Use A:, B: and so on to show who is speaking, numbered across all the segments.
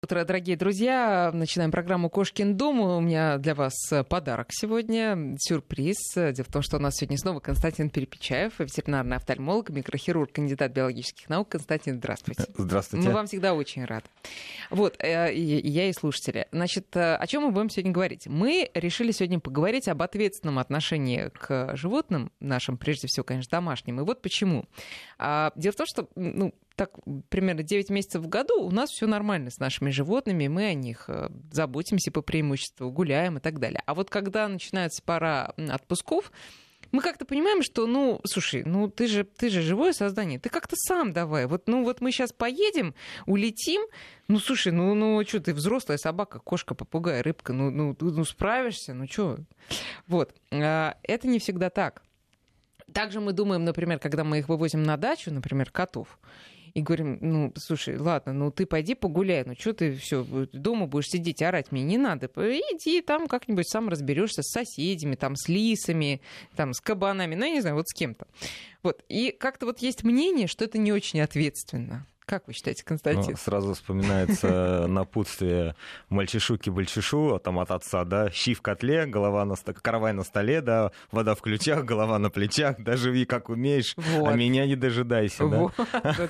A: Утро, дорогие друзья. Начинаем программу «Кошкин дом». У меня для вас подарок сегодня, сюрприз. Дело в том, что у нас сегодня снова Константин Перепечаев, ветеринарный офтальмолог, микрохирург, кандидат биологических наук. Константин, здравствуйте.
B: Здравствуйте.
A: Мы вам всегда очень рады. Вот, я и слушатели. Значит, о чем мы будем сегодня говорить? Мы решили сегодня поговорить об ответственном отношении к животным, нашим, прежде всего, конечно, домашним. И вот почему. Дело в том, что, так, примерно 9 месяцев в году у нас все нормально с нашими животными, мы о них заботимся по преимуществу, гуляем и так далее. А вот когда начинается пора отпусков, мы как-то понимаем, что, слушай, ты же живое создание, ты как-то сам давай. Вот мы сейчас поедем, улетим, слушай, что ты взрослая собака, кошка, попугай, рыбка, справишься, что? Вот, это не всегда так. Также мы думаем, например, когда мы их вывозим на дачу, например, котов, и говорим, слушай, ладно, ты пойди погуляй, что ты все дома будешь сидеть, орать мне не надо. Иди там как-нибудь сам разберешься с соседями, там, с лисами, там, с кабанами, я не знаю, вот с кем-то. Вот. И как-то вот есть мнение, что это не очень ответственно. Как вы считаете, Константин?
B: Сразу вспоминается напутствие мальчишу-кибальчишу, там от отца, да, щи в котле, каравай на столе, да, вода в ключах, голова на плечах, да, живи как умеешь, а меня не дожидайся, да.
A: Вот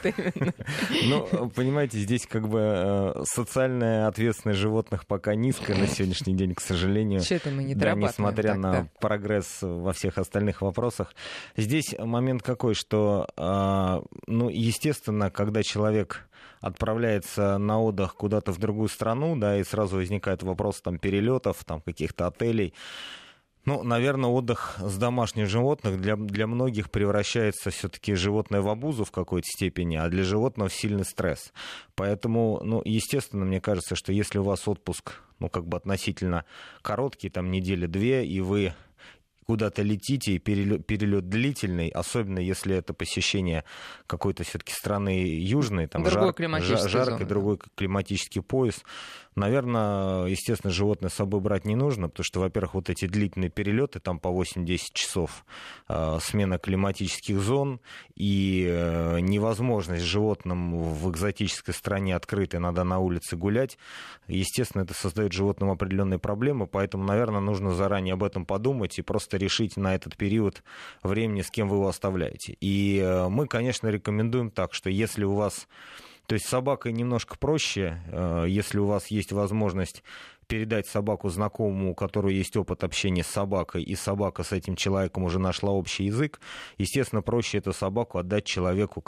A: именно.
B: Понимаете, здесь как бы социальная ответственность животных пока низкая на сегодняшний день, к сожалению.
A: Что-то мы не
B: да,
A: дорабатываем.
B: Несмотря на прогресс во всех остальных вопросах. Здесь момент какой, что, естественно, когда человек отправляется на отдых куда-то в другую страну, да, и сразу возникает вопрос там перелетов, там каких-то отелей. Наверное, отдых с домашних животных для многих превращается все-таки животное в обузу в какой-то степени, а для животного в сильный стресс. Поэтому, естественно, мне кажется, что если у вас отпуск, относительно короткий, там недели-две, и вы куда-то летите, и перелет длительный, особенно если это посещение какой-то все-таки страны южной, там жаркой, другой климатический пояс. Наверное, естественно, животное с собой брать не нужно, потому что, во-первых, вот эти длительные перелеты, там по 8-10 часов, смена климатических зон и невозможность животным в экзотической стране открытой, надо на улице гулять, естественно, это создает животным определенные проблемы, поэтому, наверное, нужно заранее об этом подумать и просто решить на этот период времени, с кем вы его оставляете. И мы, конечно, рекомендуем так, что если у вас... То есть с собакой немножко проще, если у вас есть возможность передать собаку знакомому, у которого есть опыт общения с собакой, и собака с этим человеком уже нашла общий язык, естественно, проще эту собаку отдать человеку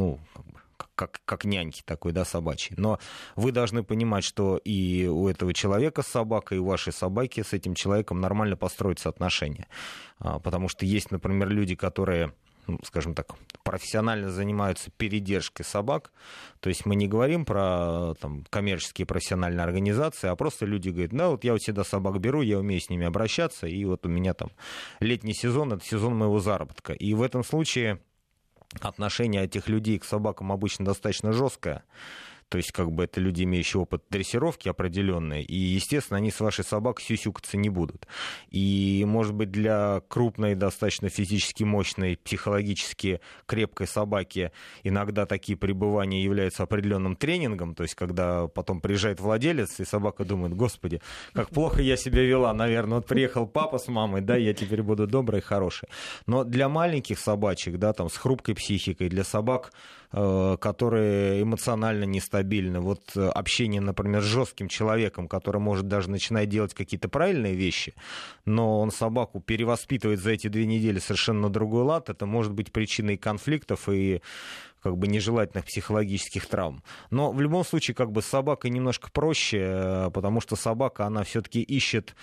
B: как няньки такой, да, собачьей. Но вы должны понимать, что и у этого человека с собакой, и у вашей собаки с этим человеком нормально построятся отношения. Потому что есть, например, люди, которые... скажем так, профессионально занимаются передержкой собак. То есть мы не говорим про коммерческие профессиональные организации, а просто люди говорят, я всегда собак беру, я умею с ними обращаться, и вот у меня там летний сезон, это сезон моего заработка. И в этом случае отношение этих людей к собакам обычно достаточно жесткое. То есть, это люди, имеющие опыт дрессировки определенный, и, естественно, они с вашей собакой сюсюкаться не будут. И, может быть, для крупной, достаточно физически мощной, психологически крепкой собаки иногда такие пребывания являются определенным тренингом, то есть, когда потом приезжает владелец, и собака думает, господи, как плохо я себя вела, наверное, вот приехал папа с мамой, да, я теперь буду добрый и хороший. Но для маленьких собачек, да, с хрупкой психикой, для собак, которые эмоционально нестабильны. Вот общение, например, с жестким человеком, который может даже начинать делать какие-то правильные вещи, но он собаку перевоспитывает за эти 2 недели совершенно на другой лад, это может быть причиной конфликтов и нежелательных психологических травм. Но в любом случае, с собакой немножко проще, потому что собака, она все-таки ищет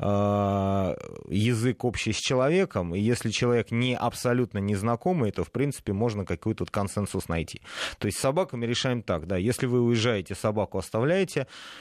B: язык общий с человеком, и если человек не абсолютно незнакомый, то, в принципе, можно какой-то консенсус найти. То есть с собаками решаем так, да, если вы уезжаете, собаку оставляете,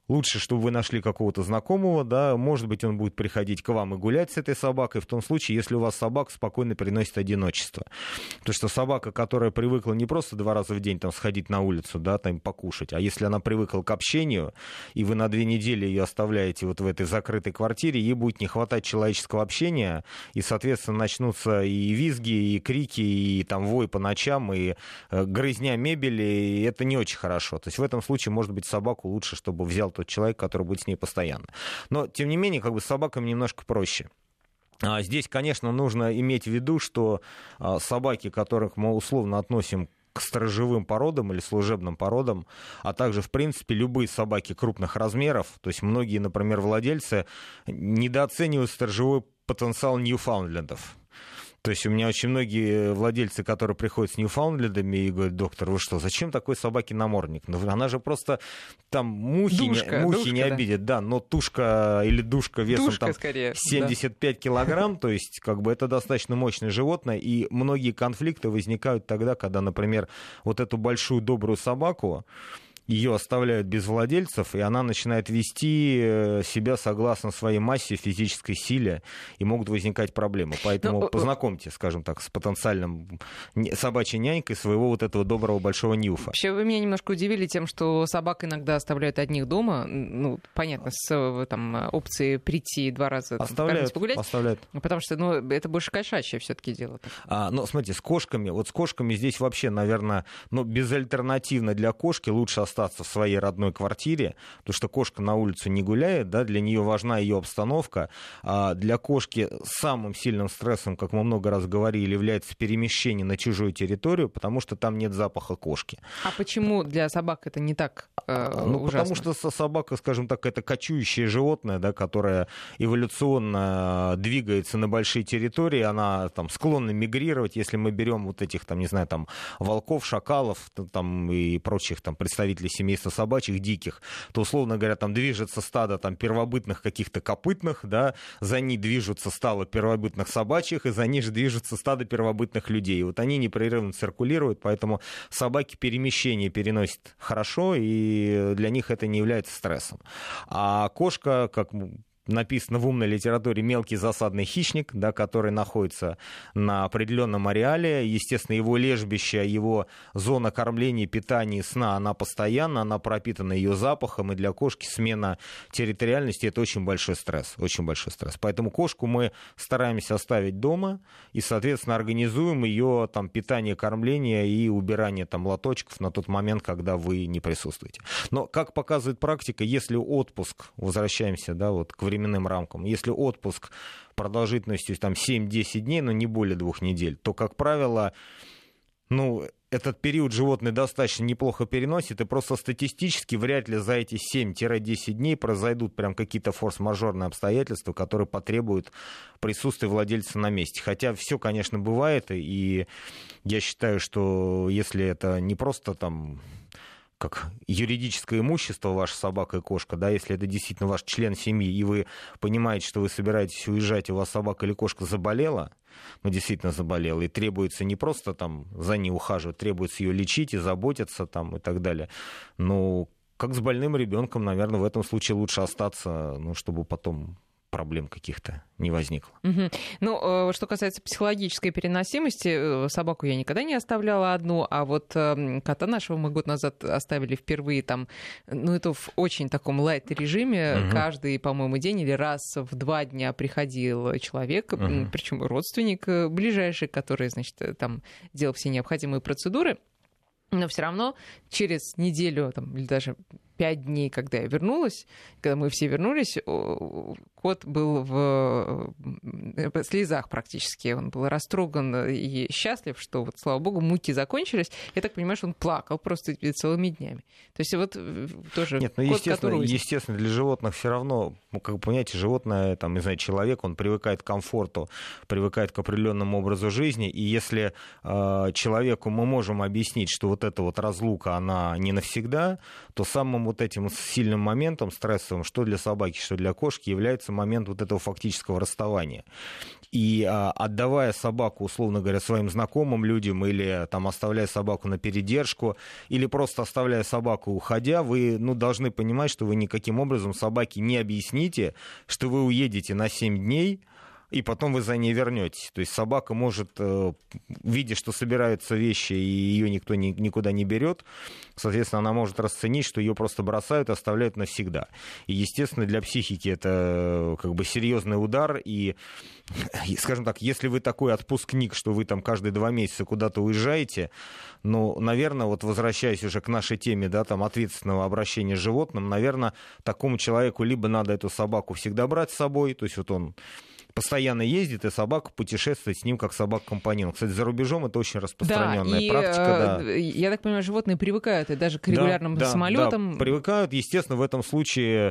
B: лучше, чтобы вы нашли какого-то знакомого, да, может быть, он будет приходить к вам и гулять с этой собакой, в том случае, если у вас собака спокойно переносит одиночество. Потому что собака, которая привыкла не просто 2 раза в день там сходить на улицу, да, там покушать, а если она привыкла к общению, и вы на 2 недели ее оставляете вот в этой закрытой квартире, ей будет не хватать человеческого общения, и, соответственно, начнутся и визги, и крики, и там вой по ночам, и грызня мебели, и это не очень хорошо. То есть в этом случае, может быть, собаку лучше, чтобы взял тот человек, который будет с ней постоянно. Но, тем не менее, как бы с собаками немножко проще. Здесь, конечно, нужно иметь в виду, что собаки, которых мы условно относим к сторожевым породам или служебным породам, а также, в принципе, любые собаки крупных размеров, то есть многие, например, владельцы недооценивают сторожевой потенциал ньюфаундлендов. То есть у меня очень многие владельцы, которые приходят с ньюфаундлендами и говорят: доктор, вы что, зачем такой собаке намордник? Ну, она же просто там мухи не обидит, да, но тушка или душка весом там, скорее, 75 килограмм, то есть как бы это достаточно мощное животное, и многие конфликты возникают тогда, когда, например, вот эту большую добрую собаку, ее оставляют без владельцев, и она начинает вести себя согласно своей массе, физической силе, и могут возникать проблемы. Поэтому познакомьте, скажем так, с потенциальным собачьей нянькой своего вот этого доброго большого ньюфа.
A: Вообще, вы меня немножко удивили тем, что собак иногда оставляют одних дома. Ну, понятно, с там, опцией прийти 2 раза погулять.
B: Оставляют.
A: Потому что это больше кошачье все-таки дело.
B: Но смотрите, с кошками здесь вообще, наверное, безальтернативно для кошки лучше остаться в своей родной квартире, потому что кошка на улицу не гуляет, да, для нее важна ее обстановка. Для кошки самым сильным стрессом, как мы много раз говорили, является перемещение на чужую территорию, потому что там нет запаха кошки.
A: А почему для собак это не так ужасно?
B: Потому что собака, скажем так, это кочующее животное, да, которое эволюционно двигается на большие территории, она там склонна мигрировать. Если мы берем вот этих, там, не знаю, там, волков, шакалов там, и прочих там, представителей семейства собачьих, диких, то, условно говоря, там движется стадо там, первобытных каких-то копытных, да, за ней движутся стадо первобытных собачьих, и за ней же движется стадо первобытных людей. Вот они непрерывно циркулируют, поэтому собаки перемещение переносят хорошо, и для них это не является стрессом. А кошка, как написано в умной литературе, мелкий засадный хищник, да, который находится на определенном ареале. Естественно, его лежбище, его зона кормления, питания, сна, она постоянна, она пропитана ее запахом, и для кошки смена территориальности — это очень большой стресс, очень большой стресс. Поэтому кошку мы стараемся оставить дома и, соответственно, организуем ее там, питание, кормление и убирание там, лоточков на тот момент, когда вы не присутствуете. Но, как показывает практика, если отпуск, возвращаемся, да, вот, к временным рамкам, если отпуск продолжительностью там, 7-10 дней, но не более 2 недель, то, как правило, этот период животное достаточно неплохо переносит, и просто статистически вряд ли за эти 7-10 дней произойдут прям какие-то форс-мажорные обстоятельства, которые потребуют присутствия владельца на месте. Хотя все, конечно, бывает, и я считаю, что если это не просто там как юридическое имущество, ваша собака и кошка, да, если это действительно ваш член семьи, и вы понимаете, что вы собираетесь уезжать, и у вас собака или кошка заболела, действительно заболела, и требуется не просто там за ней ухаживать, требуется ее лечить и заботиться там и так далее. Как с больным ребенком, наверное, в этом случае лучше остаться, чтобы потом проблем каких-то не возникло.
A: Что касается психологической переносимости, собаку я никогда не оставляла одну, а вот кота нашего мы год назад оставили впервые там, это в очень таком лайт-режиме. Каждый, по-моему, день или раз в 2 дня приходил человек, причем родственник ближайший, который, значит, там делал все необходимые процедуры. Но все равно через неделю или даже 5 дней, когда я вернулась, когда мы все вернулись, кот был в слезах практически. Он был растроган и счастлив, что, слава богу, муки закончились. Я так понимаю, что он плакал просто целыми днями. То есть тоже
B: Нет,
A: кот,
B: естественно, для животных все равно, как вы понимаете, животное, человек, он привыкает к комфорту, привыкает к определенному образу жизни, и если человеку мы можем объяснить, что вот эта вот разлука, она не навсегда, то самому вот этим сильным моментом стрессовым, что для собаки, что для кошки, является момент вот этого фактического расставания. И отдавая собаку, условно говоря, своим знакомым людям или там, оставляя собаку на передержку, или просто оставляя собаку уходя, вы должны понимать, что вы никаким образом собаке не объясните, что вы уедете на 7 дней, и потом вы за ней вернетесь. То есть собака может, видя, что собираются вещи, и ее никто никуда не берет, соответственно, она может расценить, что ее просто бросают, оставляют навсегда. И, естественно, для психики это как бы серьезный удар. И, скажем так, если вы такой отпускник, что вы там каждые 2 месяца куда-то уезжаете, наверное, вот возвращаясь уже к нашей теме, да, там, ответственного обращения с животным, наверное, такому человеку либо надо эту собаку всегда брать с собой, то есть вот он постоянно ездит, и собака путешествует с ним как собака-компаньон. Кстати, за рубежом это очень распространенная практика. Да.
A: Я так понимаю, животные привыкают и даже к регулярным самолетам.
B: Да, привыкают. Естественно, в этом случае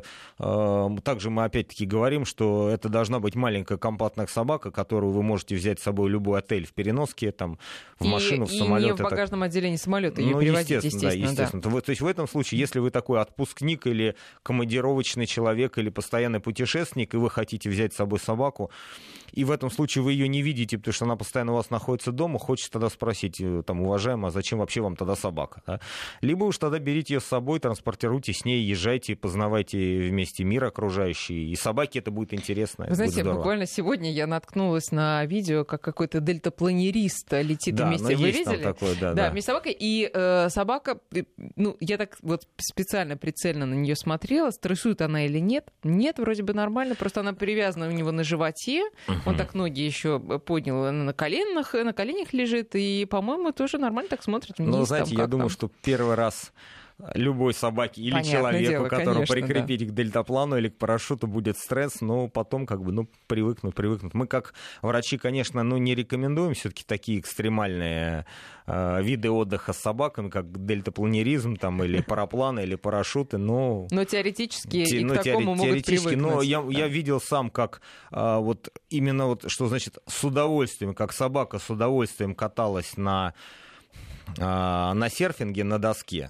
B: также мы опять-таки говорим, что это должна быть маленькая компактная собака, которую вы можете взять с собой в любой отель в переноске, там, в машину, в самолет.
A: И не в багажном отделении самолета ее перевозить, естественно.
B: Да. То есть в этом случае, если вы такой отпускник или командировочный человек или постоянный путешественник, и вы хотите взять с собой собаку, и в этом случае вы ее не видите, потому что она постоянно у вас находится дома, хочется тогда спросить, там, уважаемая, а зачем вообще вам тогда собака? Да? Либо уж тогда берите ее с собой, транспортируйте с ней, езжайте, познавайте вместе мир окружающий, и собаке это будет интересно.
A: Вы знаете, буквально сегодня я наткнулась на видео, как какой-то дельтапланерист летит вместе. Вы видели?
B: Такое,
A: да, вместе с собакой, и собака, я так вот специально прицельно на нее смотрела, стрессует она или нет. Нет, вроде бы нормально, просто она привязана у него на животе, он так ноги еще поднял, на коленях лежит, и, по-моему, тоже нормально так смотрит вниз.
B: Знаете, я думаю, что первый раз любой собаке или человеку, которого прикрепить к дельтаплану или к парашюту, будет стресс, но потом привыкнут. Мы как врачи, конечно, не рекомендуем все-таки такие экстремальные виды отдыха с собаками, как дельтапланеризм там, или парапланы, или парашюты, но
A: теоретически и к такому могут привыкнуть.
B: Но я видел сам, как что значит с удовольствием, как собака с удовольствием каталась на серфинге на доске.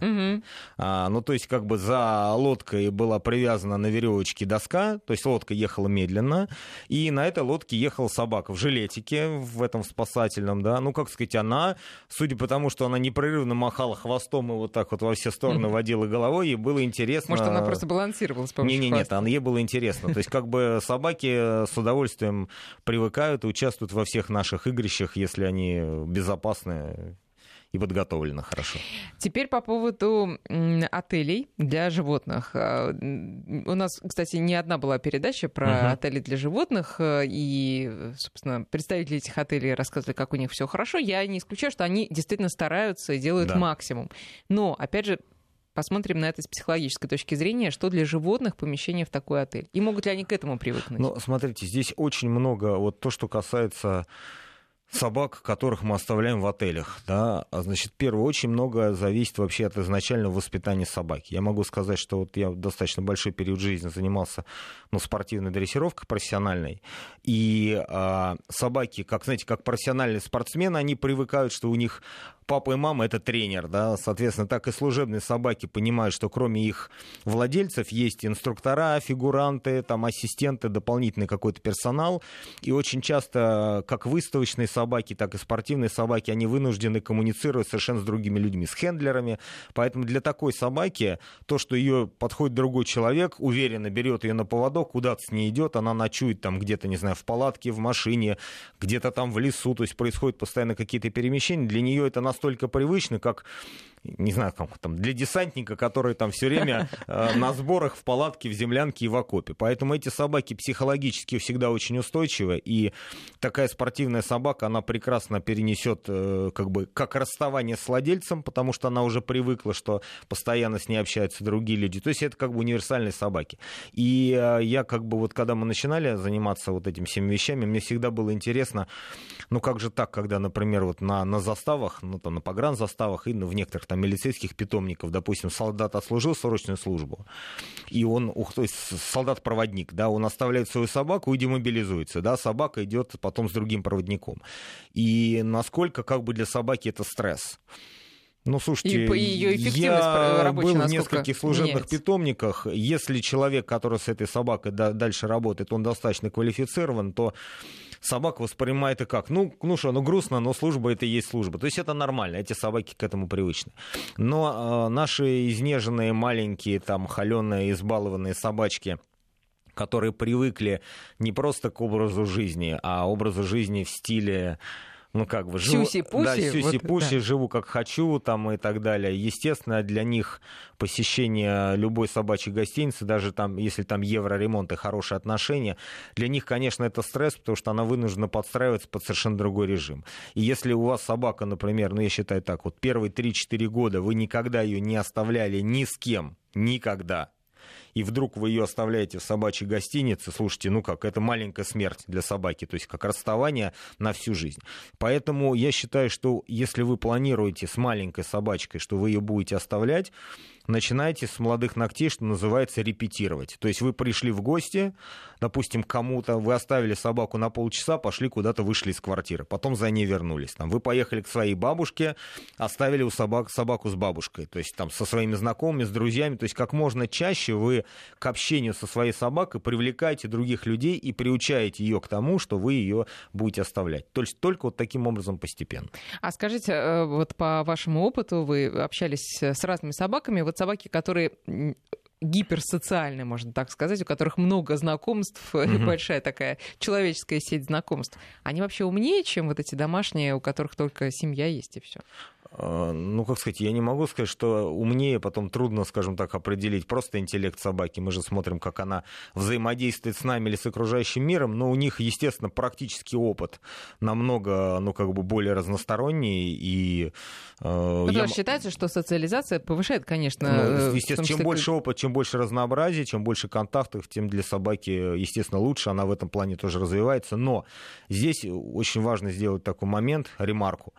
B: То есть как бы за лодкой была привязана на веревочке доска, то есть лодка ехала медленно, и на этой лодке ехала собака в жилетике, в этом спасательном, да, она, судя по тому, что она непрерывно махала хвостом и вот так вот во все стороны водила головой, ей было интересно.
A: Может, она просто балансировала с помощью хвоста?
B: Нет, ей было интересно. То есть как бы собаки с удовольствием привыкают и участвуют во всех наших игрищах, если они безопасны и подготовлено хорошо.
A: Теперь по поводу отелей для животных. У нас, кстати, не одна была передача про отели для животных, и, собственно, представители этих отелей рассказывали, как у них все хорошо. Я не исключаю, что они действительно стараются и делают максимум. Но, опять же, посмотрим на это с психологической точки зрения, что для животных помещение в такой отель. И могут ли они к этому привыкнуть?
B: Смотрите, здесь очень много, вот то, что касается собак, которых мы оставляем в отелях, да, первое, очень много зависит вообще от изначального воспитания собаки. Я могу сказать, что я достаточно большой период жизни занимался спортивной дрессировкой профессиональной, и собаки, как профессиональные спортсмены, они привыкают, что у них папа и мама — это тренер, да, соответственно, так и служебные собаки понимают, что кроме их владельцев есть инструктора, фигуранты, там, ассистенты, дополнительный какой-то персонал, и очень часто как выставочные собаки, так и спортивные собаки, они вынуждены коммуницировать совершенно с другими людьми, с хендлерами, поэтому для такой собаки то, что ее подходит другой человек, уверенно берет ее на поводок, куда-то с ней идет, она ночует там где-то, не знаю, в палатке, в машине, где-то там в лесу, то есть происходят постоянно какие-то перемещения, для нее это настолько привычно, как, не знаю, для десантника, который там все время на сборах в палатке, в землянке и в окопе. Поэтому эти собаки психологически всегда очень устойчивы, и такая спортивная собака, она прекрасно перенесет как расставание с владельцем, потому что она уже привыкла, что постоянно с ней общаются другие люди. То есть это универсальные собаки. И я когда мы начинали заниматься этими всеми вещами, мне всегда было интересно, как же так, когда, например, на заставах, на погранзаставах и в некоторых там милицейских питомников, допустим, солдат отслужил срочную службу, и он, то есть солдат-проводник, да, он оставляет свою собаку и демобилизуется, да, собака идет потом с другим проводником. И насколько для собаки это стресс. Ну, слушайте,
A: и ее эффективность
B: я
A: рабочая,
B: был в нескольких служебных
A: меняется?
B: питомниках. Если человек, который с этой собакой дальше работает, он достаточно квалифицирован, то собака воспринимает и как? Ну что, грустно, но служба — это и есть служба. То есть это нормально, эти собаки к этому привычны. Но наши изнеженные, маленькие, там, холеные, избалованные собачки, которые привыкли не просто к образу жизни, а образу жизни в стиле...
A: Сюси-пуси.
B: Да, сюси-пуси, живу как хочу, там и так далее. Естественно, для них посещение любой собачьей гостиницы, даже там, если там евроремонт и хорошие отношения, для них, конечно, это стресс, потому что она вынуждена подстраиваться под совершенно другой режим. И если у вас собака, например, я считаю так, вот первые 3-4 года вы никогда ее не оставляли ни с кем, никогда, и вдруг вы ее оставляете в собачьей гостинице, слушайте, это маленькая смерть для собаки, то есть как расставание на всю жизнь. Поэтому я считаю, что если вы планируете с маленькой собачкой, что вы ее будете оставлять, начинайте с молодых ногтей, что называется, репетировать. То есть вы пришли в гости, допустим, к кому-то, вы оставили собаку на полчаса, пошли куда-то, вышли из квартиры, потом за ней вернулись. Вы поехали к своей бабушке, оставили у собаку с бабушкой, то есть со своими знакомыми, с друзьями. То есть как можно чаще вы к общению со своей собакой привлекаете других людей и приучаете ее к тому, что вы ее будете оставлять. То есть только вот таким образом постепенно.
A: А скажите, вот по вашему опыту, вы общались с разными собаками, вот собаки, которые гиперсоциальные, можно так сказать, у которых много знакомств, большая такая человеческая сеть знакомств, они вообще умнее, чем вот эти домашние, у которых только семья есть и все?
B: Я не могу сказать, что умнее, потом трудно, скажем так, определить просто интеллект собаки. Мы же смотрим, как она взаимодействует с нами или с окружающим миром, но у них, естественно, практический опыт намного, более разносторонний. И,
A: считается, что социализация повышает, конечно...
B: естественно, чем больше опыт, чем больше разнообразия, чем больше контактов, тем для собаки, естественно, лучше. Она в этом плане тоже развивается. Но здесь очень важно сделать такой момент, ремарку,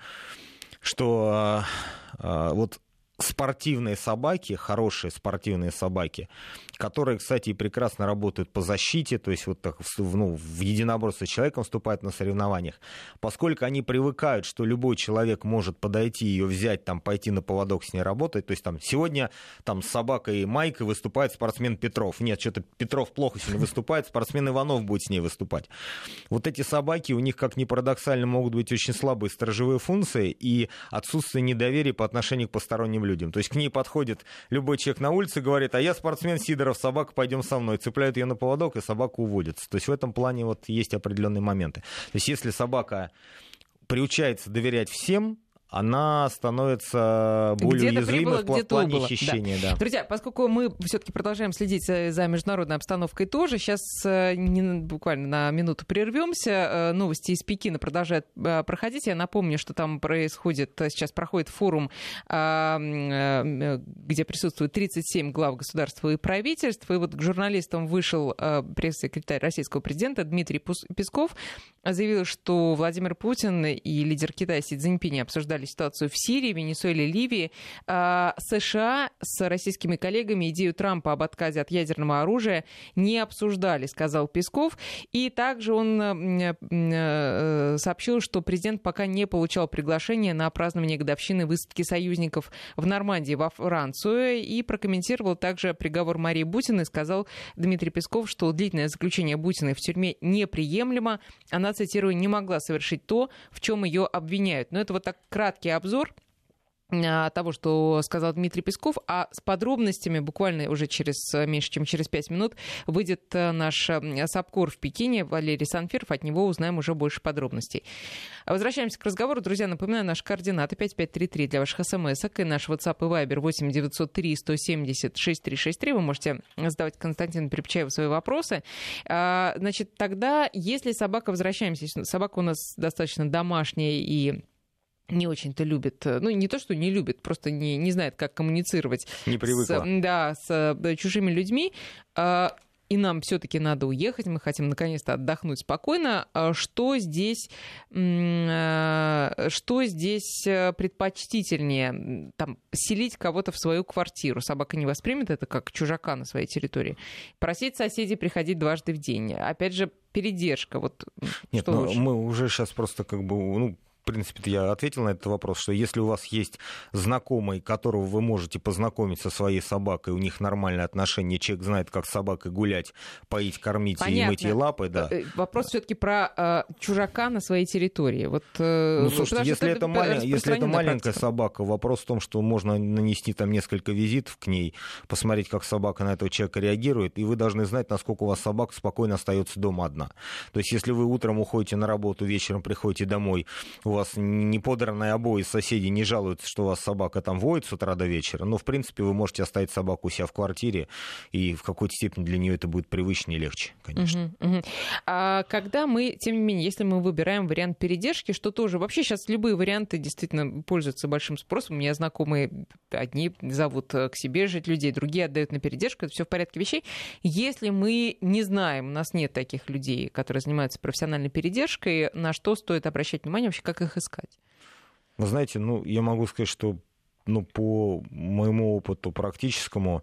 B: что вот спортивные собаки, хорошие спортивные собаки, которые, кстати, и прекрасно работают по защите, то есть вот так в единоборство с человеком вступают на соревнованиях, поскольку они привыкают, что любой человек может подойти, ее взять, пойти на поводок с ней работать, то есть сегодня с собакой Майкой выступает спортсмен Петров, нет, что-то Петров плохо сегодня выступает, спортсмен Иванов будет с ней выступать. Вот эти собаки, у них, как ни парадоксально, могут быть очень слабые сторожевые функции и отсутствие недоверия по отношению к посторонним людям. То есть к ней подходит любой человек на улице и говорит: а я спортсмен Сидоров, собака, пойдем со мной. Цепляют ее на поводок, и собака уводится. То есть в этом плане есть определенные моменты. То есть если собака приучается доверять всем, она становится более уязвимой в плане хищения. Да.
A: Друзья, поскольку мы все-таки продолжаем следить за международной обстановкой тоже, сейчас буквально на минуту прервемся. Новости из Пекина продолжают проходить. Я напомню, что там сейчас проходит форум, где присутствует 37 глав государства и правительств. И вот к журналистам вышел пресс-секретарь российского президента Дмитрий Песков, заявил, что Владимир Путин и лидер Китая Си Цзиньпинь обсуждали ситуацию в Сирии, Венесуэле, Ливии. США с российскими коллегами идею Трампа об отказе от ядерного оружия не обсуждали, сказал Песков. И также он сообщил, что президент пока не получал приглашения на празднование годовщины высадки союзников в Нормандии во Францию. И прокомментировал также приговор Марии Бутиной. Сказал Дмитрий Песков, что длительное заключение Бутиной в тюрьме неприемлемо. Она, цитирую, не могла совершить то, в чем ее обвиняют. Но это вот так краткий обзор того, что сказал Дмитрий Песков, а с подробностями буквально уже меньше чем через 5 минут выйдет наш САПКОР в Пекине Валерий Санфиров, от него узнаем уже больше подробностей. Возвращаемся к разговору. Друзья, напоминаю, наши координаты 5533 для ваших смс-ок и наш WhatsApp и Viber 8 903 170 6363. Вы можете задавать Константину Перепечаеву свои вопросы. Значит, тогда, если возвращаемся, собака у нас достаточно домашняя и не очень-то любит, не то, что не любит, просто не знает, как коммуницировать с чужими людьми, и нам все-таки надо уехать, мы хотим наконец-то отдохнуть спокойно. Что здесь предпочтительнее? Селить кого-то в свою квартиру. Собака не воспримет это как чужака на своей территории. Просить соседей приходить дважды в день. Опять же, передержка.
B: Нет, мы уже сейчас просто принципе, я ответил на этот вопрос, что если у вас есть знакомый, которого вы можете познакомить со своей собакой, у них нормальные отношения, человек знает, как с собакой гулять, поить, кормить и мыть ей лапы, да.
A: Вопрос все-таки про чужака на своей территории. Вот,
B: ну, слушайте, если это маленькая собака, вопрос в том, что можно нанести там несколько визитов к ней, посмотреть, как собака на этого человека реагирует, и вы должны знать, насколько у вас собака спокойно остается дома одна. То есть, если вы утром уходите на работу, вечером приходите домой, у вас не подранные обои, соседи не жалуются, что у вас собака там воет с утра до вечера, но, в принципе, вы можете оставить собаку у себя в квартире, и в какой-то степени для нее это будет привычнее и легче, конечно.
A: А когда мы, тем не менее, если мы выбираем вариант передержки, что тоже, вообще сейчас любые варианты действительно пользуются большим спросом. У меня знакомые, одни зовут к себе жить людей, другие отдают на передержку, это все в порядке вещей. Если мы не знаем, у нас нет таких людей, которые занимаются профессиональной передержкой, на что стоит обращать внимание, вообще как их искать?
B: Вы знаете, я могу сказать, что по моему опыту практическому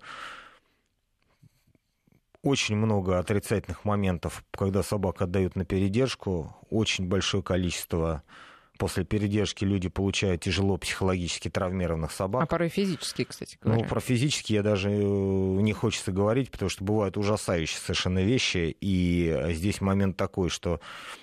B: очень много отрицательных моментов, когда собак отдают на передержку, очень большое количество. После передержки люди получают тяжело психологически травмированных собак.
A: А порой физически, кстати говоря.
B: Про физически я даже не хочется говорить, потому что бывают ужасающие совершенно вещи. И здесь момент такой, что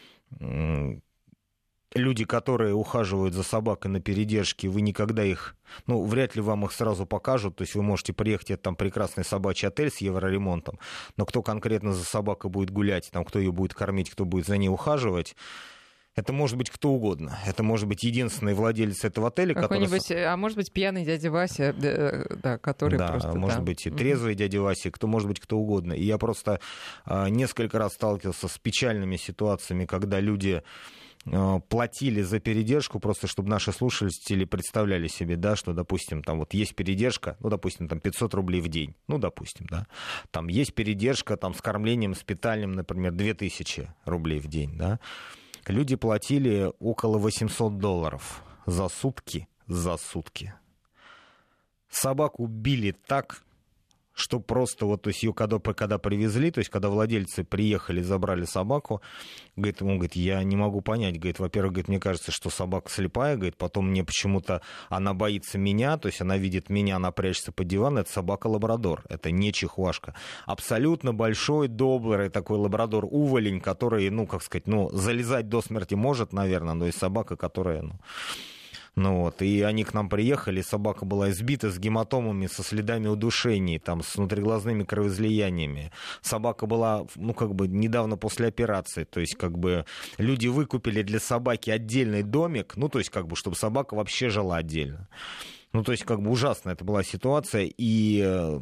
B: люди, которые ухаживают за собакой на передержке, вы никогда их, вряд ли вам их сразу покажут. То есть вы можете приехать, это там прекрасный собачий отель с евроремонтом, но кто конкретно за собакой будет гулять, там, кто ее будет кормить, кто будет за ней ухаживать, это может быть кто угодно. Это может быть единственный владелец этого отеля, который...
A: А может быть, пьяный дядя Вася, да, который просто...
B: может быть, и трезвый дядя Вася, может быть, кто угодно. И я просто несколько раз сталкивался с печальными ситуациями, когда люди платили за передержку, просто чтобы наши слушатели представляли себе, да, что, допустим, там вот есть передержка, допустим, там 500 рублей в день, допустим, да, там есть передержка там с кормлением, с питанием, например, 2000 рублей в день, да. Люди платили около $800 за сутки. Собаку били так, что просто то есть ее когда привезли, то есть когда владельцы приехали, забрали собаку, он говорит, я не могу понять, говорит, во-первых, говорит, мне кажется, что собака слепая, говорит, потом мне почему-то она боится меня, то есть она видит меня, она прячется под диван, это собака-лабрадор, это не чихуашка. Абсолютно большой, добрый такой лабрадор-уволень, который, залезать до смерти может, наверное, но и собака, которая, и они к нам приехали, собака была избита с гематомами, со следами удушений, там, с внутриглазными кровоизлияниями. Собака была, недавно после операции, то есть, люди выкупили для собаки отдельный домик, чтобы собака вообще жила отдельно. Ужасная это была ситуация, и...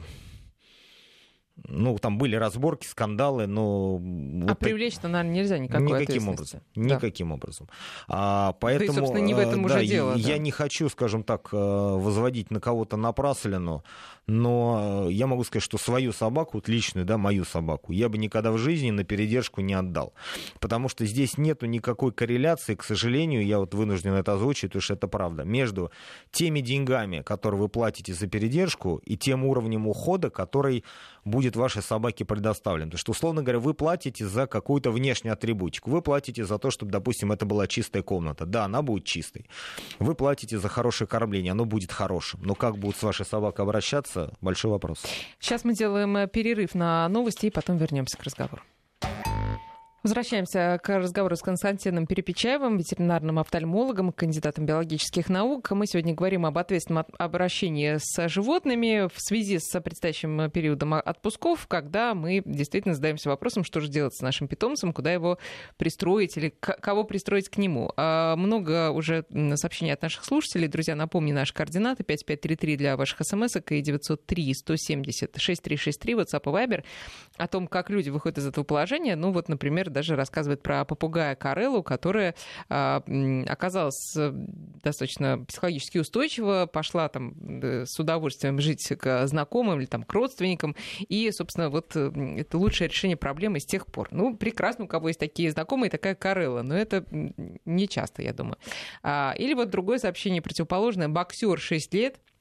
B: там были разборки, скандалы, но...
A: привлечь-то, наверное, нельзя никакой ответственности.
B: Никаким образом. Поэтому,
A: да и, собственно, не в этом уже дело.
B: Я не хочу, скажем так, возводить на кого-то напраслину, но я могу сказать, что свою собаку, личную, мою собаку, я бы никогда в жизни на передержку не отдал. Потому что здесь нету никакой корреляции, к сожалению, я вынужден это озвучить, потому что это правда, между теми деньгами, которые вы платите за передержку, и тем уровнем ухода, который будет вашей собаке предоставлен. Потому что, условно говоря, вы платите за какую-то внешнюю атрибутику. Вы платите за то, чтобы, допустим, это была чистая комната. Да, она будет чистой. Вы платите за хорошее кормление, оно будет хорошим. Но как будут с вашей собакой обращаться, большой вопрос.
A: Сейчас мы делаем перерыв на новости и потом вернемся к разговору. Возвращаемся к разговору с Константином Перепечаевым, ветеринарным офтальмологом, кандидатом биологических наук. Мы сегодня говорим об ответственном обращении с животными в связи с предстоящим периодом отпусков, когда мы действительно задаемся вопросом, что же делать с нашим питомцем, куда его пристроить или кого пристроить к нему. Много уже сообщений от наших слушателей. Друзья, напомню, наши координаты 5533 для ваших смс-ок и 903-170-6363 WhatsApp и Viber. О том, как люди выходят из этого положения. Например, даже рассказывает про попугая Кареллу, которая оказалась достаточно психологически устойчива, пошла там с удовольствием жить к знакомым или там, к родственникам. И, собственно, это лучшее решение проблемы с тех пор. Прекрасно, у кого есть такие знакомые, такая Карелла, но это не часто, я думаю. Или другое сообщение противоположное. Боксер 6 лет.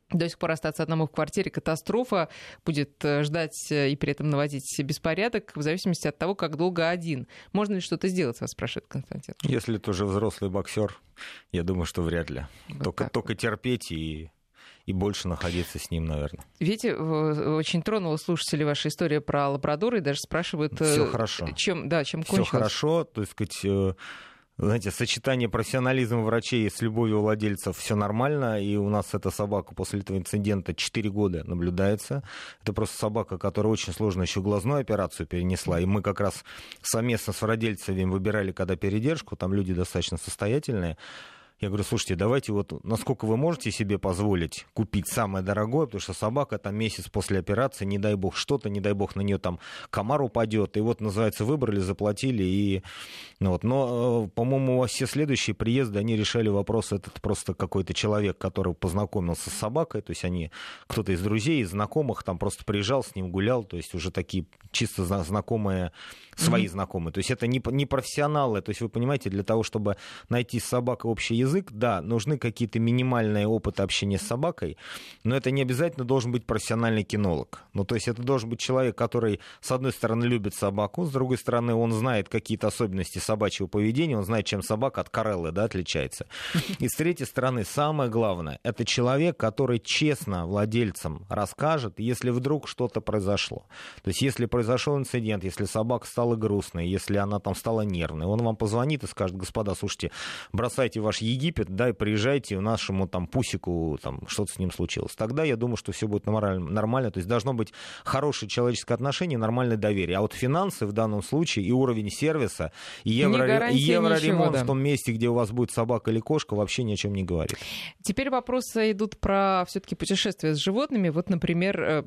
A: до сих пор остаться одному в квартире — катастрофа, будет ждать и при этом наводить беспорядок в зависимости от того, как долго один. Можно ли что-то сделать, вас спрашивает Константин?
B: Если ты уже взрослый боксер, я думаю, что вряд ли.
A: Вот
B: только терпеть и больше находиться с ним, наверное.
A: Видите, очень тронула слушателей ваша история про лабрадора, и даже спрашивают,
B: Всё хорошо.
A: чем кончилось.
B: Все хорошо, то есть, сказать, знаете, сочетание профессионализма врачей с любовью владельцев, все нормально, и у нас эта собака после этого инцидента 4 года наблюдается. Это просто собака, которая очень сложно еще глазную операцию перенесла, и мы как раз совместно с владельцами выбирали, когда передержку, там люди достаточно состоятельные. Я говорю, слушайте, давайте вот насколько вы можете себе позволить купить самое дорогое, потому что собака там месяц после операции, не дай бог что-то, не дай бог на нее там комар упадет. И вот, называется, выбрали, заплатили. И, ну вот. Но, по-моему, все следующие приезды, они решали вопрос, этот просто какой-то человек, который познакомился с собакой, то есть они, кто-то из друзей, из знакомых, там просто приезжал, с ним гулял, то есть уже такие чисто знакомые, свои знакомые. То есть это не профессионалы, то есть вы понимаете, для того, чтобы найти с собакой общий язык, да, нужны какие-то минимальные опыты общения с собакой, но это не обязательно должен быть профессиональный кинолог. Ну, то есть это должен быть человек, который, с одной стороны, любит собаку, с другой стороны, он знает какие-то особенности собачьего поведения, он знает, чем собака от кореллы, да, отличается. И с третьей стороны, самое главное, это человек, который честно владельцам расскажет, если вдруг что-то произошло. То есть если произошел инцидент, если собака стала грустной, если она там стала нервной, он вам позвонит и скажет, господа, слушайте, бросайте ваш Египет, да, и приезжайте нашему там пусику, там что-то с ним случилось. Тогда я думаю, что все будет нормально. То есть должно быть хорошее человеческое отношение, нормальное доверие. А вот финансы в данном случае и уровень сервиса, и евроремонт в том месте, где у вас будет собака или кошка, вообще ни о чем не говорит.
A: Теперь вопросы идут про все-таки путешествия с животными. Вот, например,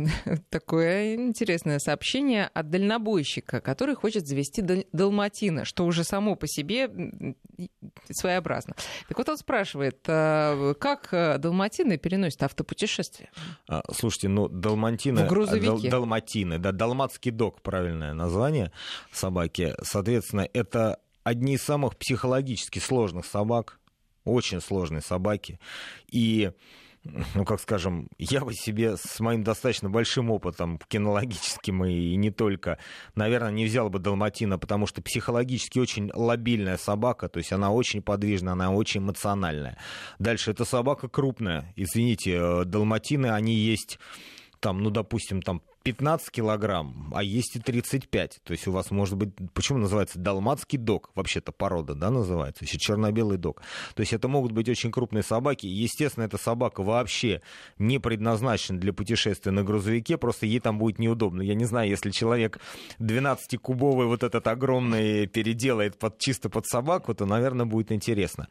A: такое интересное сообщение от дальнобойщика, который хочет завести далматина, что уже само по себе своеобразно. Так вот он спрашивает, как далматины переносят автопутешествия?
B: Слушайте, ну далматины,
A: в грузовике.
B: Далматины, да, далматский дог, правильное название собаки. Соответственно, это одни из самых психологически сложных собак, очень сложные собаки. И, ну, как скажем, я бы себе с моим достаточно большим опытом кинологическим и не только, наверное, не взял бы далматина, потому что психологически очень лабильная собака, то есть она очень подвижная, она очень эмоциональная. Дальше, эта собака крупная. Извините, далматины, они есть там, ну, допустим, там 15 килограмм, а есть и 35. То есть у вас может быть... Почему называется далматский дог? Вообще-то порода, да, называется? Еще черно-белый дог. То есть это могут быть очень крупные собаки. Естественно, эта собака вообще не предназначена для путешествия на грузовике, просто ей там будет неудобно. Я не знаю, если человек 12-кубовый вот этот огромный переделает чисто под собаку, то, наверное, будет интересно.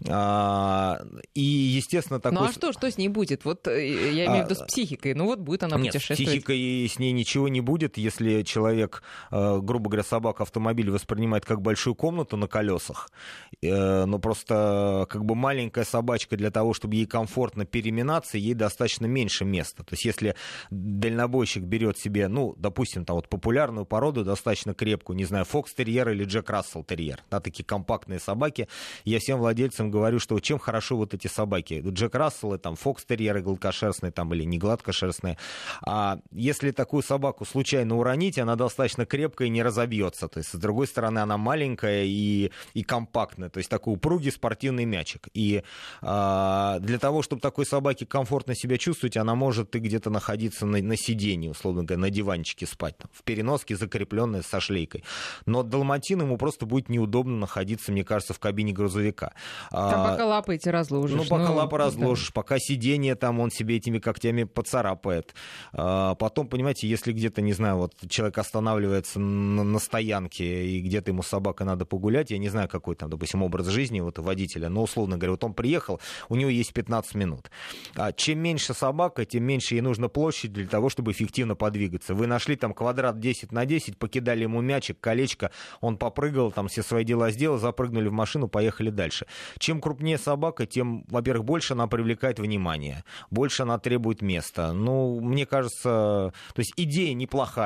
B: И, естественно, такой...
A: Ну а что с ней будет? Вот я имею в виду с психикой. Ну вот будет она путешествовать.
B: Нет, с психикой с ней ничего не будет, если человек, грубо говоря, собака, автомобиль воспринимает как большую комнату на колесах, но просто как бы маленькая собачка для того, чтобы ей комфортно переминаться, ей достаточно меньше места. То есть если дальнобойщик берет себе, ну, допустим, там вот популярную породу, достаточно крепкую, не знаю, фокс-терьер или Джек-Рассел-терьер, да, такие компактные собаки, я всем владельцам говорю, что чем хорошо вот эти собаки, Джек-Расселы, там, фокс-терьеры гладкошерстные, там, или не гладкошерстные, а если такую собаку случайно уронить, она достаточно крепкая и не разобьется. То есть, с другой стороны, она маленькая и компактная. То есть, такой упругий спортивный мячик. И для того, чтобы такой собаке комфортно себя чувствовать, она может и где-то находиться на сиденье, условно говоря, на диванчике спать, там, в переноске, закрепленной со шлейкой. Но далматину ему просто будет неудобно находиться, мне кажется, в кабине грузовика.
A: Там пока лапы эти разложишь.
B: Ну, пока лапы разложишь, да. Пока сиденье там он себе этими когтями поцарапает. Потом, понимаете, если где-то, не знаю, вот человек останавливается на стоянке, и где-то ему с собакой надо погулять, я не знаю, какой там, допустим, образ жизни вот водителя, но, условно говоря, вот он приехал, у него есть 15 минут. Чем меньше собака, тем меньше ей нужна площадь для того, чтобы эффективно подвигаться. Вы нашли там квадрат 10 на 10, покидали ему мячик, колечко, он попрыгал, там все свои дела сделал, запрыгнули в машину, поехали дальше. Чем крупнее собака, тем, во-первых, больше она привлекает внимание, больше она требует места. Ну, мне кажется, то есть идея неплохая,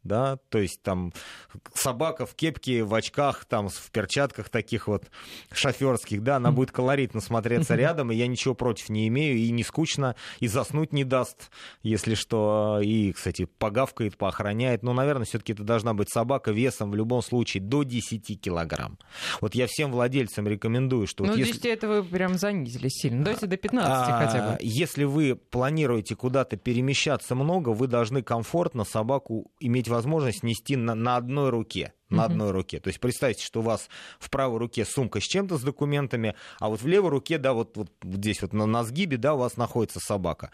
B: да, то есть там собака в кепке, в очках, там в перчатках таких вот шоферских, да, она будет колоритно смотреться рядом, и я ничего против не имею, и не скучно, и заснуть не даст, если что, и, кстати, погавкает, поохраняет, но, наверное, все-таки это должна быть собака весом в любом случае до 10 килограмм. Вот я всем владельцам рекомендую, что...
A: Ну,
B: вот
A: 10
B: если...
A: это вы прям занизили сильно, давайте до 15 хотя бы.
B: Если вы планируете куда-то перемещаться много, вы должны комфортно собаку иметь возможность нести на одной руке. На одной руке. То есть представьте, что у вас в правой руке сумка с чем-то, с документами, а вот в левой руке, да, вот здесь вот на сгибе, да, у вас находится собака.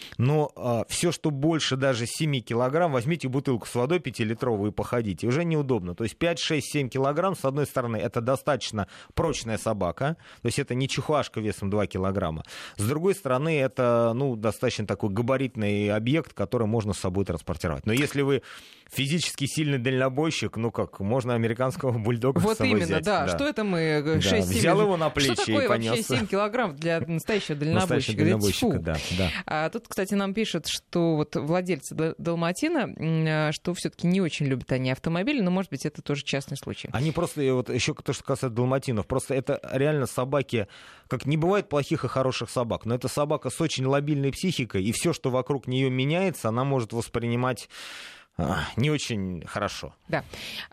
B: Но все, что больше даже 7 килограмм, возьмите бутылку с водой 5-литровую и походите. Уже неудобно. То есть 5, 6, 7 килограмм, с одной стороны, это достаточно прочная собака, то есть это не чихуашка весом 2 килограмма. С другой стороны, это, ну, достаточно такой габаритный объект, который можно с собой транспортировать. Но если вы физически сильный дальнобойщик, ну как, можно американского бульдога с собой взять.
A: Вот именно, да. Что это мы 6-7...
B: Взял его на плечи и понес.
A: Что такое вообще 7 килограмм для настоящего дальнобойщика?
B: Да.
A: Тут, кстати, нам пишут, что вот владельцы Далматина, что все-таки не очень любят они автомобили, но, может быть, это тоже частный случай.
B: Они просто, вот еще то, что касается далматинов, просто это реально собаки, как не бывает плохих и хороших собак, но это собака с очень лобильной психикой, и все, что вокруг нее меняется, она может воспринимать не очень хорошо.
A: Да.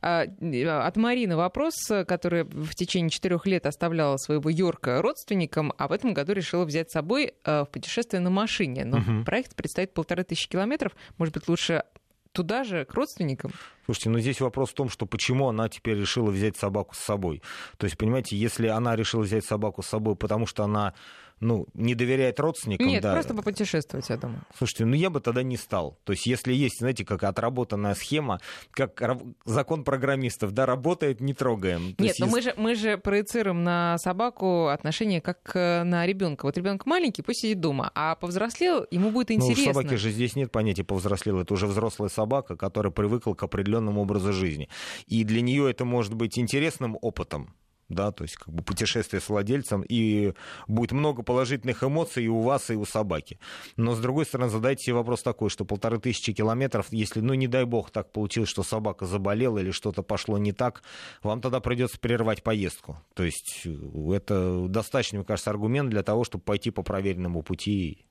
A: От Марины вопрос, который в течение 4 лет оставляла своего Йорка родственникам, а в этом году решила взять с собой в путешествие на машине. Но проект предстоит 1500 километров. Может быть, лучше туда же, к родственникам?
B: Слушайте, ну здесь вопрос в том, что почему она теперь решила взять собаку с собой. То есть, понимаете, если она решила взять собаку с собой, потому что она, ну, не доверяет родственникам...
A: Нет,
B: да,
A: просто попутешествовать, я думаю.
B: Слушайте, ну я бы тогда не стал. То есть, если есть, знаете, как отработанная схема, как закон программистов, да, работает, не трогаем.
A: Нет, но мы же проецируем на собаку отношение как на ребенка. Вот ребенок маленький, пусть сидит дома, а повзрослел, ему будет интересно.
B: Ну, у собаки же здесь нет понятия повзрослел. Это уже взрослая собака, которая привыкла к определенному образу жизни. И для нее это может быть интересным опытом. Да, то есть как бы путешествие с владельцем, и будет много положительных эмоций и у вас, и у собаки. Но, с другой стороны, задайте себе вопрос такой, что 1500 километров, если, ну, не дай бог, так получилось, что собака заболела или что-то пошло не так, вам тогда придется прервать поездку. То есть это достаточно, мне кажется, аргумент для того, чтобы пойти по проверенному пути.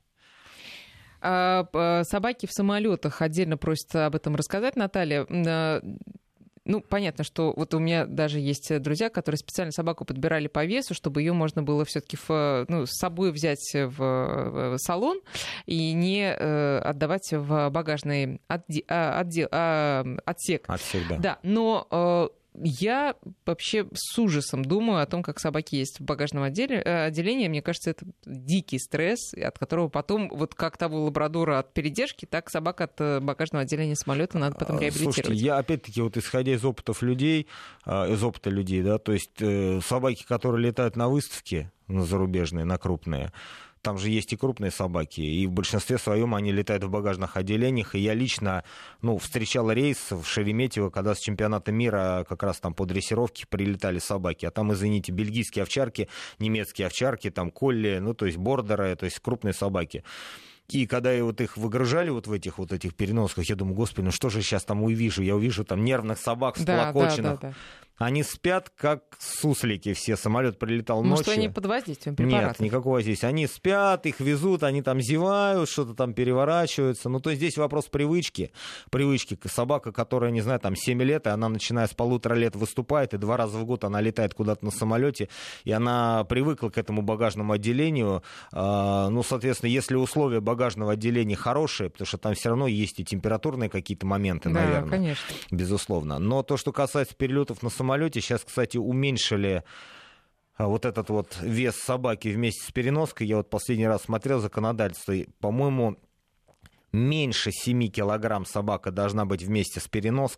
A: Собаки в самолетах отдельно просят об этом рассказать, Наталья. Ну, понятно, что вот у меня даже есть друзья, которые специально собаку подбирали по весу, чтобы ее можно было все-таки с собой взять в салон и не отдавать в багажный отсек.
B: Отсек, да.
A: Да, но я вообще с ужасом думаю о том, как собаки есть в багажном отделении. Мне кажется, это дикий стресс, от которого потом, вот как того лабрадора от передержки, так собака от багажного отделения самолета надо потом реабилитировать.
B: Слушайте, я опять-таки, вот исходя из опыта людей, да, то есть собаки, которые летают на выставки, на зарубежные, на крупные, там же есть и крупные собаки, и в большинстве своем они летают в багажных отделениях. И я лично встречал рейс в Шереметьево, когда с чемпионата мира как раз там по дрессировке прилетали собаки. А там, извините, бельгийские овчарки, немецкие овчарки, там колли, то есть бордеры, то есть крупные собаки. И когда вот их выгружали вот в этих переносках, я думаю, господи, ну что же сейчас там увижу? Я увижу там нервных собак, всклокоченных. Да. Они спят, как суслики все. Самолет прилетал ночью.
A: Может, они под воздействием препаратов?
B: Нет, никакого воздействия. Они спят, их везут, они там зевают, что-то там переворачиваются. То есть здесь вопрос привычки. Собака, которая, не знаю, там 7 лет, и она, начиная с 1,5 лет, выступает, и 2 раза в год она летает куда-то на самолете, и она привыкла к этому багажному отделению. Соответственно, если условия багажного отделения хорошие, потому что там все равно есть и температурные какие-то моменты,
A: да,
B: наверное.
A: Конечно.
B: Безусловно. Но то, что касается перелетов на самолете, сейчас, кстати, уменьшили вот этот вот вес собаки вместе с переноской. Я вот последний раз смотрел законодательство. По-моему, меньше 7 килограмм собака должна быть вместе с переноской.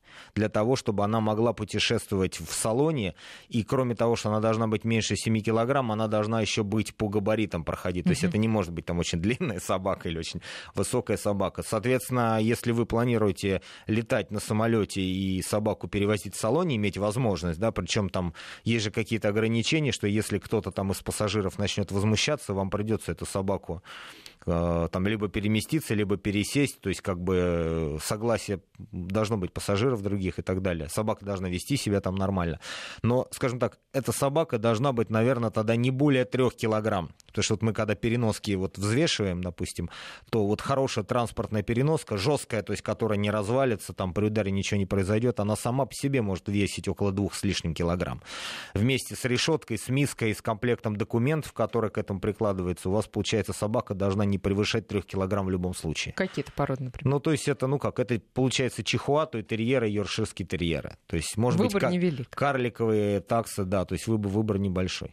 B: для того, чтобы она могла путешествовать в салоне, и кроме того, что она должна быть меньше 7 килограмм, она должна еще быть по габаритам проходить. То есть это не может быть там очень длинная собака или очень высокая собака. Соответственно, если вы планируете летать на самолете и собаку перевозить в салоне, иметь возможность, да, причем там есть же какие-то ограничения, что если кто-то там из пассажиров начнет возмущаться, вам придется эту собаку там либо переместиться, либо пересесть, то есть как бы согласие должно быть пассажиров других и так далее. Собака должна вести себя там нормально. Но, скажем так, эта собака должна быть, наверное, тогда не более 3 килограмм. Потому что вот мы когда переноски вот взвешиваем, допустим, то вот хорошая транспортная переноска, жесткая, то есть которая не развалится, там при ударе ничего не произойдет, она сама по себе может весить около 2 с лишним килограмм. Вместе с решеткой, с миской, с комплектом документов, которые к этому прикладываются, у вас, получается, собака должна не превышать 3 килограмм в любом случае.
A: Какие-то породы, например?
B: Ну, то есть это, это получается чихуа, то и терьеры, и йоркширские терьеры. То есть, может
A: выбор
B: быть,
A: невелик.
B: Карликовые таксы, да, то есть выбор небольшой.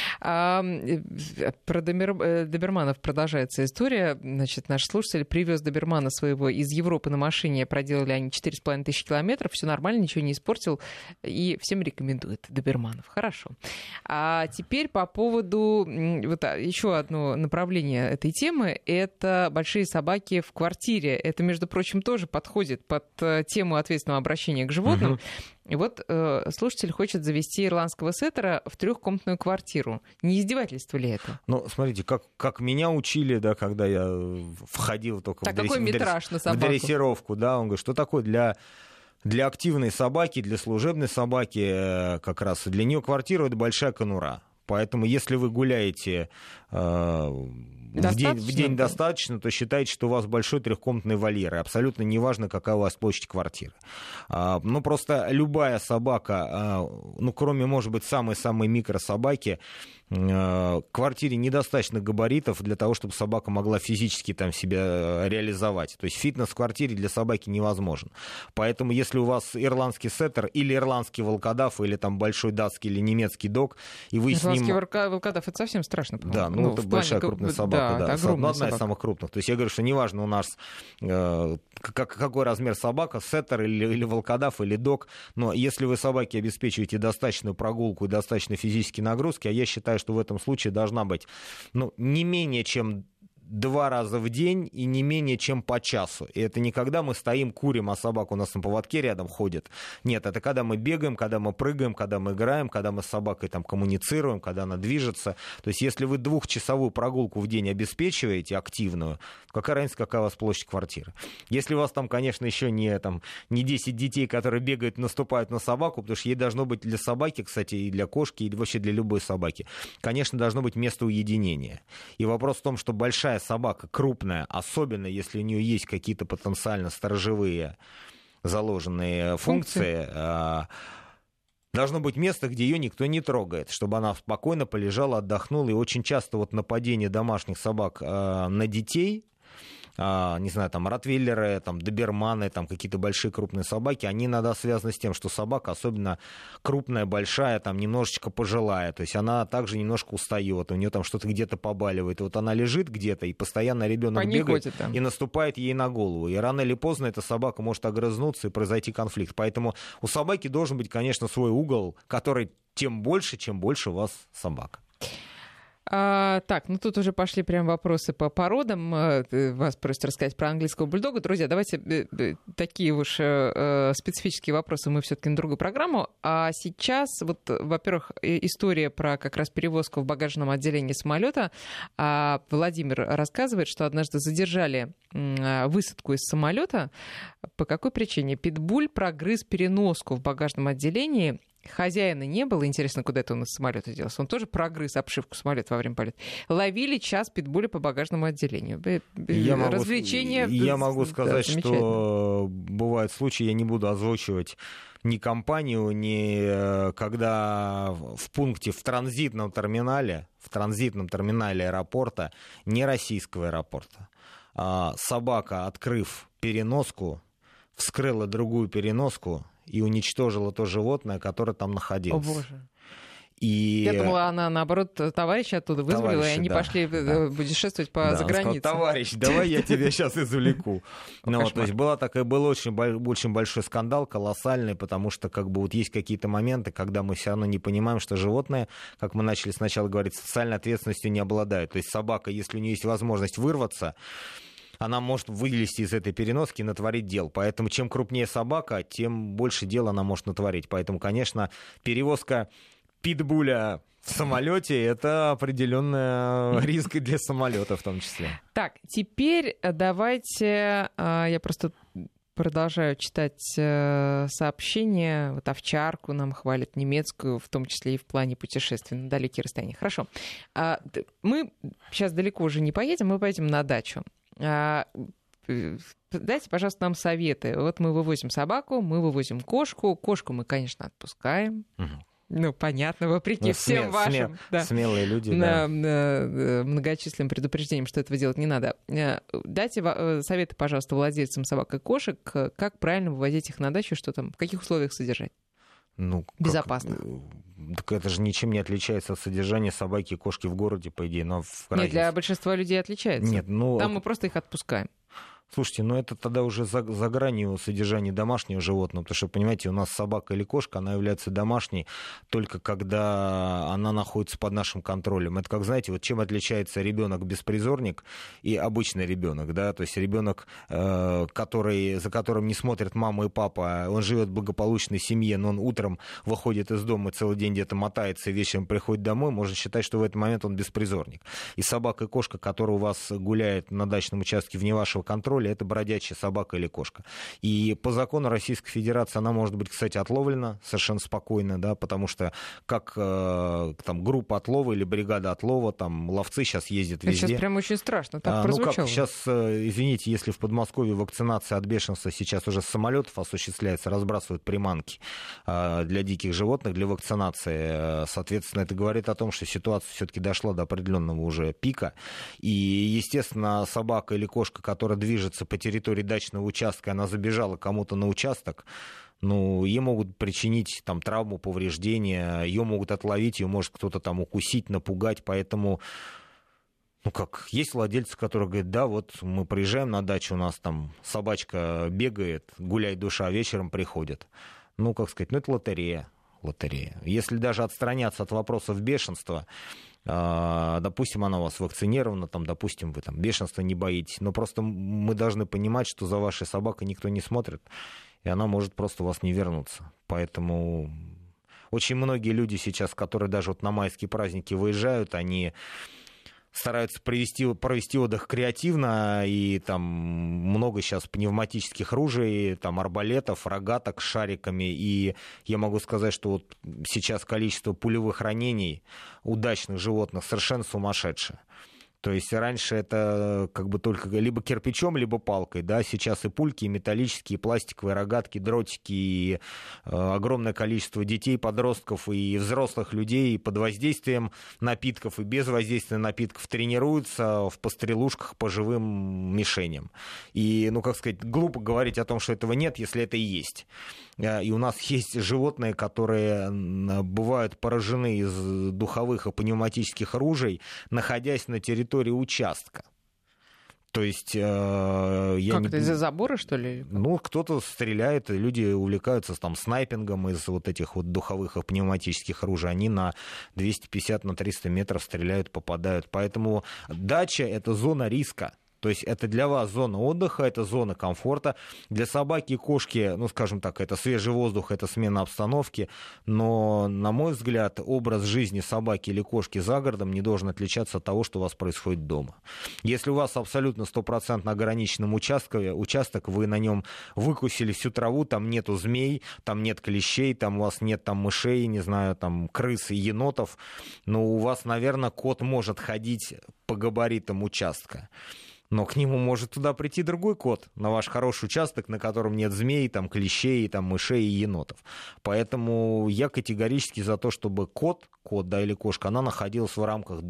A: Про доберманов продолжается история. Значит, наш слушатель привез добермана своего из Европы на машине, проделали они 4,5 тысячи километров, все нормально, ничего не испортил, и всем рекомендует доберманов. Хорошо. А теперь по поводу вот еще одно направление этой темы — это большие собаки в квартире. Это, между прочим, тоже подходит под тему ответственного обращения к животным. И вот слушатель хочет завести ирландского сеттера в 3-комнатную квартиру. Не издевательство ли это?
B: Ну, смотрите, как меня учили, да, когда я входил только в дрессировку, да, он говорит, что такое для активной собаки, для служебной собаки, как раз для нее квартира — это большая конура. Поэтому, если вы гуляете в день достаточно, то считайте, что у вас большой 3-комнатный вольер. И абсолютно неважно, какая у вас площадь квартиры. Ну, просто любая собака, кроме, может быть, самой-самой микрособаки, квартире недостаточно габаритов для того, чтобы собака могла физически там себя реализовать. То есть фитнес в квартире для собаки невозможен. Поэтому если у вас ирландский сеттер или ирландский волкодав, или там большой датский или немецкий дог, и вы с ним...
A: Ирландский волкодав — это совсем страшно, по-моему.
B: Да, это большая крупная собака. Да, одна из самых крупных. То есть я говорю, что неважно у нас какой размер собака, сеттер или волкодав, или дог, но если вы собаке обеспечиваете достаточную прогулку и достаточно физические нагрузки, а я считаю, что в этом случае должна быть не менее чем 2 раза в день и не менее чем по часу. И это не когда мы стоим, курим, а собака у нас на поводке рядом ходит. Нет, это когда мы бегаем, когда мы прыгаем, когда мы играем, когда мы с собакой там коммуницируем, когда она движется. То есть если вы 2-часовую прогулку в день обеспечиваете активную, какая разница, какая у вас площадь квартиры? Если у вас там, конечно, еще не 10 детей, которые бегают, наступают на собаку, потому что ей должно быть для собаки, кстати, и для кошки, и вообще для любой собаки, конечно, должно быть место уединения. И вопрос в том, что большая собака, крупная, особенно если у нее есть какие-то потенциально сторожевые заложенные функции, должно быть место, где ее никто не трогает, чтобы она спокойно полежала, отдохнула. И очень часто нападение домашних собак на детей, не знаю, там ротвейлеры, там доберманы, там какие-то большие крупные собаки, они иногда связаны с тем, что собака, особенно крупная, большая, там немножечко пожилая, то есть она также немножко устает, у нее там что-то где-то побаливает. И вот она лежит где-то, и постоянно ребенок бегает и наступает ей на голову. И рано или поздно эта собака может огрызнуться и произойти конфликт. Поэтому у собаки должен быть, конечно, свой угол, который чем больше у вас собака.
A: Так, тут уже пошли прям вопросы по породам. Вас просят рассказать про английского бульдога. Друзья, давайте такие уж специфические вопросы мы все-таки на другую программу. А сейчас, во-первых, история про как раз перевозку в багажном отделении самолета. Владимир рассказывает, что однажды задержали высадку из самолета. По какой причине? Питбуль прогрыз переноску в багажном отделении. Хозяина не было. Интересно, куда это он из самолета делся. Он тоже прогрыз обшивку самолета во время полета. Ловили час питбуля по багажному отделению. Развлечения.
B: Я могу сказать, что бывают случаи, я не буду озвучивать ни компанию, ни когда в пункте в транзитном терминале аэропорта, не российского аэропорта, собака, открыв переноску, вскрыла другую переноску и уничтожила то животное, которое там находилось.
A: О, Боже.
B: И...
A: Я думала, она, наоборот, товарища оттуда вызволила, и они пошли путешествовать за границей.
B: Сказал, товарищ, давай я тебя сейчас извлеку. То есть был очень большой скандал, колоссальный, потому что как бы вот есть какие-то моменты, когда мы все равно не понимаем, что животные, как мы начали сначала говорить, социальной ответственностью не обладают. То есть собака, если у нее есть возможность вырваться, она может вылезти из этой переноски и натворить дел. Поэтому чем крупнее собака, тем больше дел она может натворить. Поэтому, конечно, перевозка питбуля в самолете — это определенный риск и для самолета в том числе.
A: Так, теперь давайте, я просто продолжаю читать сообщения. Вот овчарку нам хвалят, немецкую, в том числе и в плане путешествий на далекие расстояния. Хорошо. Мы сейчас далеко уже не поедем, мы поедем на дачу. Дайте, пожалуйста, нам советы. Вот мы вывозим собаку, мы вывозим кошку. Кошку мы, конечно, отпускаем. Ну, понятно, вопреки всем вашим
B: смелые люди,
A: многочисленным предупреждениям, что этого делать не надо. Дайте советы, пожалуйста, владельцам собак и кошек, как правильно вывозить их на дачу, что там, в каких условиях содержать. Безопасно.
B: Так это же ничем не отличается от содержания собаки и кошки в городе, по идее. Но
A: Нет, для большинства людей отличается.
B: Нет,
A: там мы просто их отпускаем.
B: Слушайте, это тогда уже за гранью содержания домашнего животного, потому что, понимаете, у нас собака или кошка, она является домашней только когда она находится под нашим контролем. Это как, знаете, вот чем отличается ребенок-беспризорник и обычный ребенок, да, то есть ребенок, за которым не смотрят мама и папа, он живет в благополучной семье, но он утром выходит из дома, целый день где-то мотается, и вечером приходит домой, можно считать, что в этот момент он беспризорник. И собака и кошка, которая у вас гуляет на дачном участке вне вашего контроля, это бродячая собака или кошка. И по закону Российской Федерации она может быть, кстати, отловлена совершенно спокойно, да, потому что как там группа отлова или бригада отлова, там ловцы сейчас ездят везде.
A: Сейчас прям очень страшно, так прозвучало.
B: Сейчас, извините, если в Подмосковье вакцинация от бешенства сейчас уже с самолетов осуществляется, разбрасывают приманки для диких животных, для вакцинации, соответственно, это говорит о том, что ситуация все-таки дошла до определенного уже пика. И, естественно, собака или кошка, которая движется по территории дачного участка, она забежала кому-то на участок, ей могут причинить там травму, повреждения, ее могут отловить, ее может кто-то там укусить, напугать, поэтому есть владельцы, которые говорят, да, вот мы приезжаем на дачу, у нас там собачка бегает, гуляет душа, вечером приходит. Это лотерея. Если даже отстраняться от вопросов бешенства, допустим, она у вас вакцинирована, допустим, вы бешенства не боитесь, но просто мы должны понимать, что за вашей собакой никто не смотрит, и она может просто у вас не вернуться. Поэтому очень многие люди сейчас, которые даже на майские праздники выезжают, они стараются провести отдых креативно, и там много сейчас пневматических ружей, арбалетов, рогаток с шариками, и я могу сказать, что вот сейчас количество пулевых ранений удачных животных совершенно сумасшедшее. То есть раньше это только либо кирпичом, либо палкой, да, сейчас и пульки, и металлические, и пластиковые рогатки, дротики, и огромное количество детей, подростков и взрослых людей под воздействием напитков и без воздействия напитков тренируются в пострелушках по живым мишеням. И, глупо говорить о том, что этого нет, если это и есть. И у нас есть животные, которые бывают поражены из духовых и пневматических ружей, находясь на территории участка. То есть... это,
A: из-за забора, что ли?
B: Кто-то стреляет, люди увлекаются снайпингом из этих духовых и пневматических ружей. Они на 250-300 метров стреляют, попадают. Поэтому дача — это зона риска. То есть это для вас зона отдыха, это зона комфорта. Для собаки и кошки, это свежий воздух, это смена обстановки. Но, на мой взгляд, образ жизни собаки или кошки за городом не должен отличаться от того, что у вас происходит дома. Если у вас абсолютно 100% ограниченном участок, вы на нем выкусили всю траву, там нету змей, там нет клещей, там у вас нет мышей, не знаю, крыс и енотов, но у вас, наверное, кот может ходить по габаритам участка. Но к нему может туда прийти другой кот на ваш хороший участок, на котором нет змей, клещей, мышей и енотов. Поэтому я категорически за то, чтобы кот, или кошка, она находилась в рамках дома.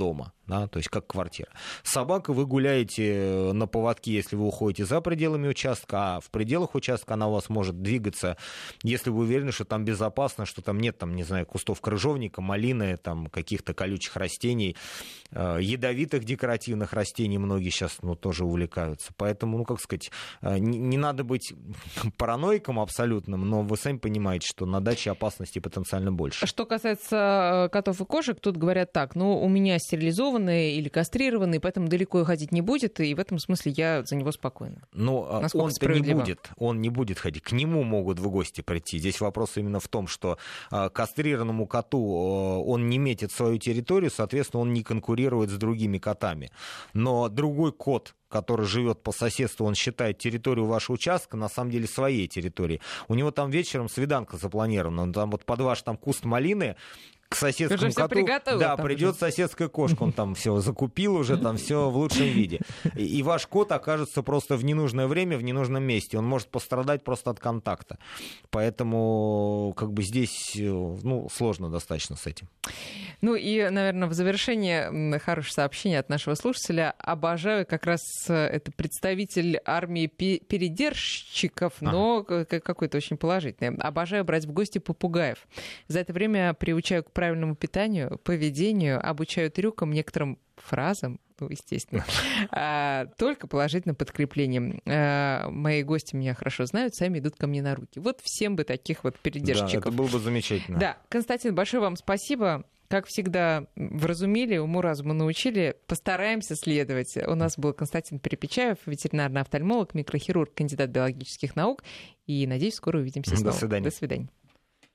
B: Да, то есть как квартира. Собака, вы гуляете на поводке, если вы уходите за пределами участка, а в пределах участка она у вас может двигаться, если вы уверены, что там безопасно, что там нет, там, не знаю, кустов крыжовника, малины, там, каких-то колючих растений, ядовитых декоративных растений многие сейчас тоже увлекаются. Поэтому, как сказать, не надо быть параноиком абсолютным, но вы сами понимаете, что на даче опасности потенциально больше.
A: Что касается котов и кошек, тут говорят так, у меня стерилизованные или кастрированные, поэтому далеко ходить не будет, и в этом смысле я за него спокойна.
B: Но он не будет ходить. К нему могут в гости прийти. Здесь вопрос именно в том, что кастрированному коту он не метит свою территорию, соответственно, он не конкурирует с другими котами. Но другой кот, который живет по соседству, он считает территорию вашего участка на самом деле своей территорией. У него там вечером свиданка запланирована. Он там вот под ваш там куст малины к соседскому коту, да, придет соседская кошка, он там все закупил уже, там все в лучшем виде. И ваш кот окажется просто в ненужное время, в ненужном месте. Он может пострадать просто от контакта. Поэтому как бы здесь сложно достаточно с этим.
A: И, наверное, в завершение хорошее сообщение от нашего слушателя. Обожаю, как раз это представитель армии передержщиков, но какой-то очень положительный. Обожаю брать в гости попугаев. За это время приучаю к правильному питанию, поведению, обучаю трюкам, некоторым фразам, естественно, только положительным подкреплением. Мои гости меня хорошо знают, сами идут ко мне на руки. Вот всем бы таких вот передержчиков.
B: Да, это было бы замечательно.
A: Да, Константин, большое вам спасибо. Как всегда, вразумили, уму-разуму научили. Постараемся следовать. У нас был Константин Перепечаев, ветеринарный офтальмолог, микрохирург, кандидат биологических наук. И, надеюсь, скоро увидимся снова.
B: До свидания.
A: До свидания.